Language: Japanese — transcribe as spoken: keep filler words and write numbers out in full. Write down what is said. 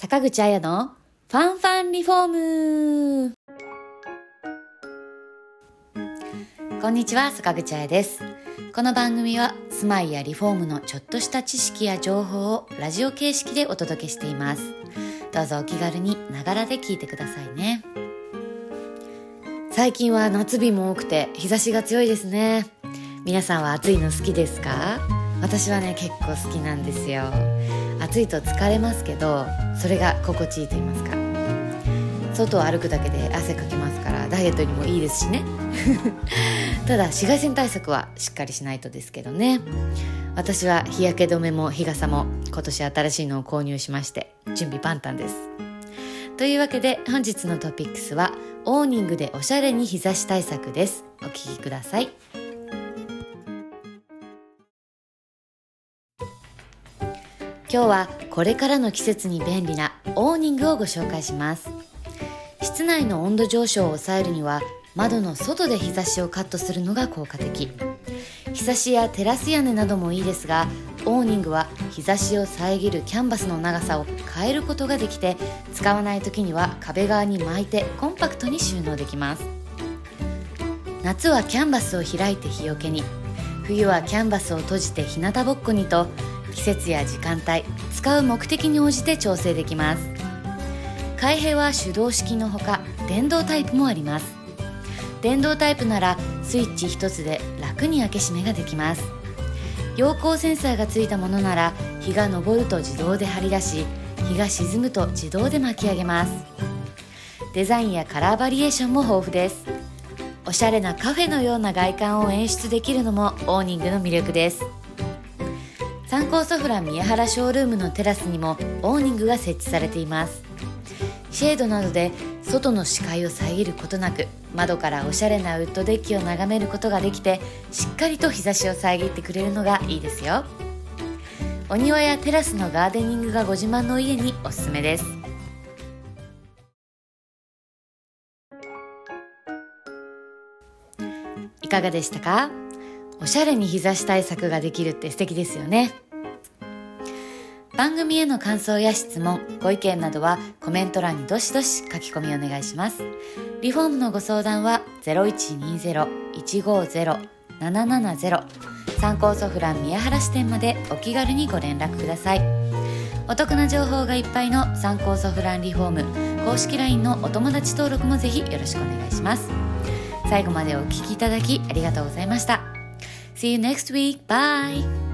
坂口彩のファンファンリフォーム。こんにちは、坂口彩です。この番組は住まいやリフォームのちょっとした知識や情報をラジオ形式でお届けしています。どうぞお気軽にながらで聞いてくださいね。最近は夏日も多くて日差しが強いですね。皆さんは暑いの好きですか？私はね、結構好きなんですよ。暑いと疲れますけど、それが心地いいと言いますか。外を歩くだけで汗かきますからダイエットにもいいですしねただ紫外線対策はしっかりしないとですけどね。私は日焼け止めも日傘も今年新しいのを購入しまして準備万端です。というわけで本日のトピックスはオーニングでおしゃれに日差し対策です。お聞きください。今日はこれからの季節に便利なオーニングをご紹介します。室内の温度上昇を抑えるには窓の外で日差しをカットするのが効果的。日差しやテラス屋根などもいいですが、オーニングは日差しを遮るキャンバスの長さを変えることができて、使わない時には壁側に巻いてコンパクトに収納できます。夏はキャンバスを開いて日よけに、冬はキャンバスを閉じて日向ぼっこにと、季節や時間帯、使う目的に応じて調整できます。開閉は手動式のほか電動タイプもあります。電動タイプならスイッチ一つで楽に開け閉めができます。陽光センサーがついたものなら日が昇ると自動で張り出し、日が沈むと自動で巻き上げます。デザインやカラーバリエーションも豊富です。おしゃれなカフェのような外観を演出できるのもオーニングの魅力です。サンコーソフラン宮原ショールームのテラスにもオーニングが設置されています。シェードなどで外の視界を遮ることなく、窓からおしゃれなウッドデッキを眺めることができて、しっかりと日差しを遮ってくれるのがいいですよ。お庭やテラスのガーデニングがご自慢の家におすすめです。いかがでしたか？おしゃれに日差し対策ができるって素敵ですよね。番組への感想や質問、ご意見などはコメント欄にどしどし書き込みお願いします。リフォームのご相談は ゼロいちにゼロ いちごゼロ ななななゼロ サンコーソフラン宮原支店までお気軽にご連絡ください。お得な情報がいっぱいのサンコーソフランリフォーム公式 ライン のお友達登録もぜひよろしくお願いします。最後までお聞きいただきありがとうございました。See you next week. Bye!